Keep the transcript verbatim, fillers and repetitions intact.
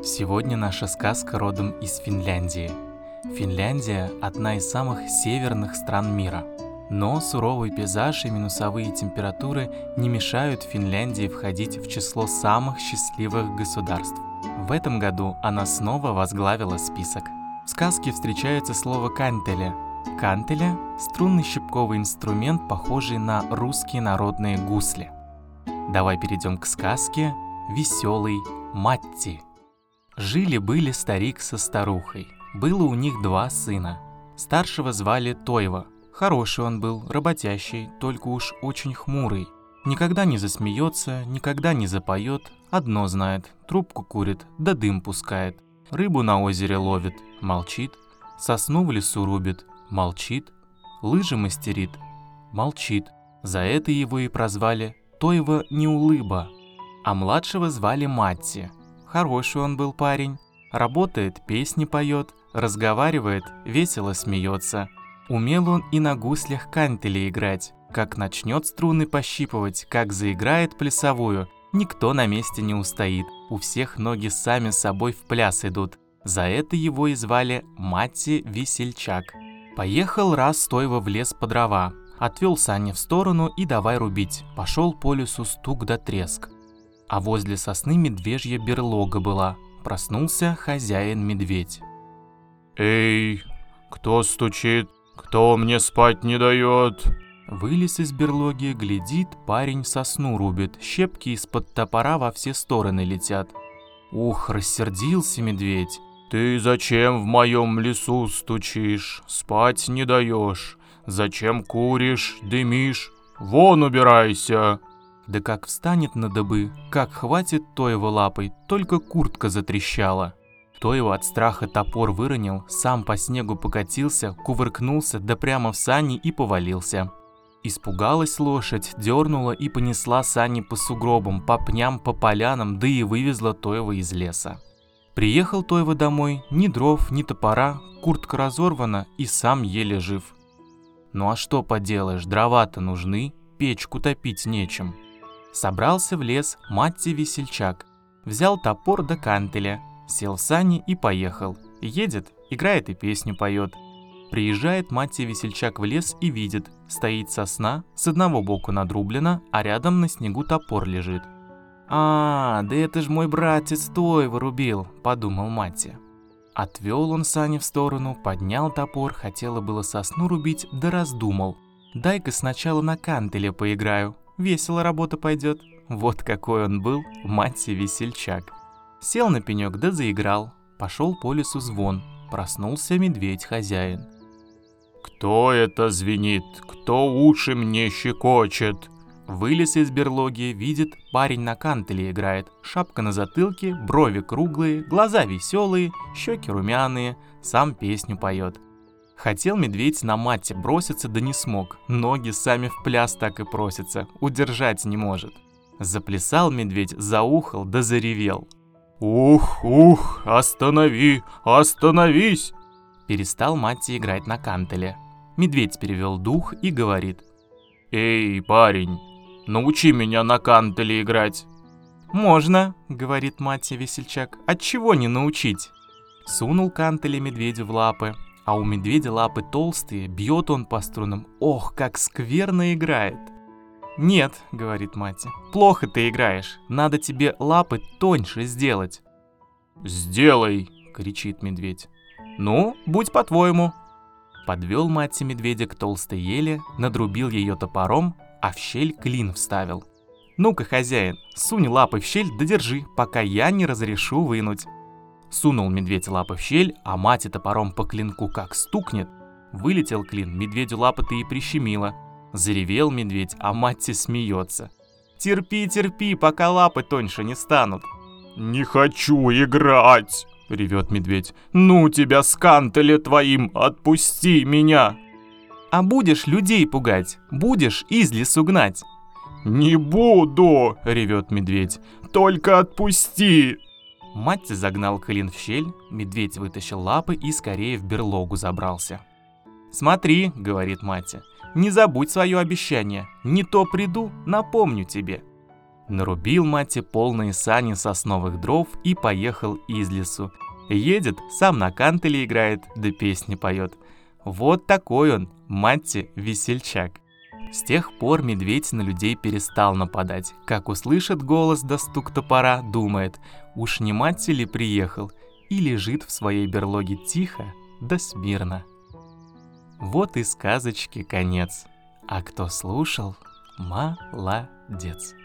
Сегодня наша сказка родом из Финляндии. Финляндия – одна из самых северных стран мира. Но суровый пейзаж и минусовые температуры не мешают Финляндии входить в число самых счастливых государств. В этом году она снова возглавила список. В сказке встречается слово «кантеле». Кантеле – струнный щипковый инструмент, похожий на русские народные гусли. Давай перейдем к сказке «Веселый Матти». Жили-были старик со старухой. Было у них два сына. Старшего звали Тойва. Хороший он был, работящий, только уж очень хмурый. Никогда не засмеется, никогда не запоет. Одно знает, трубку курит, да дым пускает. Рыбу на озере ловит, молчит. Сосну в лесу рубит, молчит. Лыжи мастерит, молчит. За это его и прозвали Тойва Неулыба. А младшего звали Матти. Хороший он был парень. Работает, песни поет, разговаривает, весело смеется. Умел он и на гуслях кантеле играть. Как начнет струны пощипывать, как заиграет плясовую, никто на месте не устоит. У всех ноги сами собой в пляс идут. За это его и звали Матти Весельчак. Поехал раз Тойва в лес по дрова. Отвел сани в сторону и давай рубить. Пошел по лесу стук да треск. А возле сосны медвежья берлога была. Проснулся хозяин-медведь. «Эй, кто стучит? Кто мне спать не дает?» Вылез из берлоги, глядит, парень сосну рубит. Щепки из-под топора во все стороны летят. Ух, рассердился медведь. «Ты зачем в моем лесу стучишь? Спать не даешь. Зачем куришь, дымишь? Вон убирайся!» Да как встанет на дыбы, как хватит Тойва лапой, только куртка затрещала. Тойва от страха топор выронил, сам по снегу покатился, кувыркнулся, да прямо в сани и повалился. Испугалась лошадь, дернула и понесла сани по сугробам, по пням, по полянам, да и вывезла Тойва из леса. Приехал Тойва домой, ни дров, ни топора, куртка разорвана и сам еле жив. Ну а что поделаешь, дрова-то нужны, печку топить нечем. Собрался в лес Матти Весельчак, взял топор да кантеля, сел в сани и поехал. Едет, играет и песню поет. Приезжает Матти Весельчак в лес и видит, стоит сосна, с одного боку надрублена, а рядом на снегу топор лежит. «А, да это ж мой братец Тойва рубил», — подумал Матти. Отвел он сани в сторону, поднял топор, хотела было сосну рубить, да раздумал. «Дай-ка сначала на кантеле поиграю, весело работа пойдет». Вот какой он был, Матти Весельчак. Сел на пенек да заиграл, пошел по лесу звон, проснулся медведь-хозяин. «Кто это звенит? Кто уши мне щекочет?» Вылез из берлоги, видит, парень на кантеле играет, шапка на затылке, брови круглые, глаза веселые, щеки румяные, сам песню поет. Хотел медведь на Матти броситься, да не смог, ноги сами в пляс так и просятся, удержать не может. Заплясал медведь, заухал да заревел. «Ух, ух, останови, остановись!» Перестал Матти играть на кантеле. Медведь перевел дух и говорит: «Эй, парень, научи меня на кантеле играть». «Можно», — говорит Матти Весельчак, — «отчего не научить?» Сунул кантеле медведю в лапы, а у медведя лапы толстые, бьет он по струнам, ох, как скверно играет. «Нет», — говорит Матти, — «плохо ты играешь, надо тебе лапы тоньше сделать». «Сделай», — кричит медведь. «Ну, будь по-твоему». Подвел Матти медведя к толстой еле, надрубил ее топором, а в щель клин вставил. «Ну-ка, хозяин, сунь лапы в щель да держи, пока я не разрешу вынуть». Сунул медведь лапы в щель, а Матти топором по клинку как стукнет. Вылетел клин, медведю лапы-то и прищемило. Заревел медведь, а Матти смеется. «Терпи, терпи, пока лапы тоньше не станут». «Не хочу играть!» — ревет медведь. «Ну тебя с кантеле твоим, отпусти меня!» «А будешь людей пугать, будешь из лесу гнать». «Не буду!» — ревет медведь. «Только отпусти!» Матти загнал клин в щель, медведь вытащил лапы и скорее в берлогу забрался. «Смотри», — говорит Матти, — «не забудь свое обещание, не то приду, напомню тебе». Нарубил Матти полные сани сосновых дров и поехал из лесу. Едет, сам на кантеле играет, да песни поет. Вот такой он, Матти-весельчак. С тех пор медведь на людей перестал нападать. Как услышит голос да стук топора, думает, уж не Матти ли приехал, и лежит в своей берлоге тихо да смирно. Вот и сказочки конец. А кто слушал, молодец.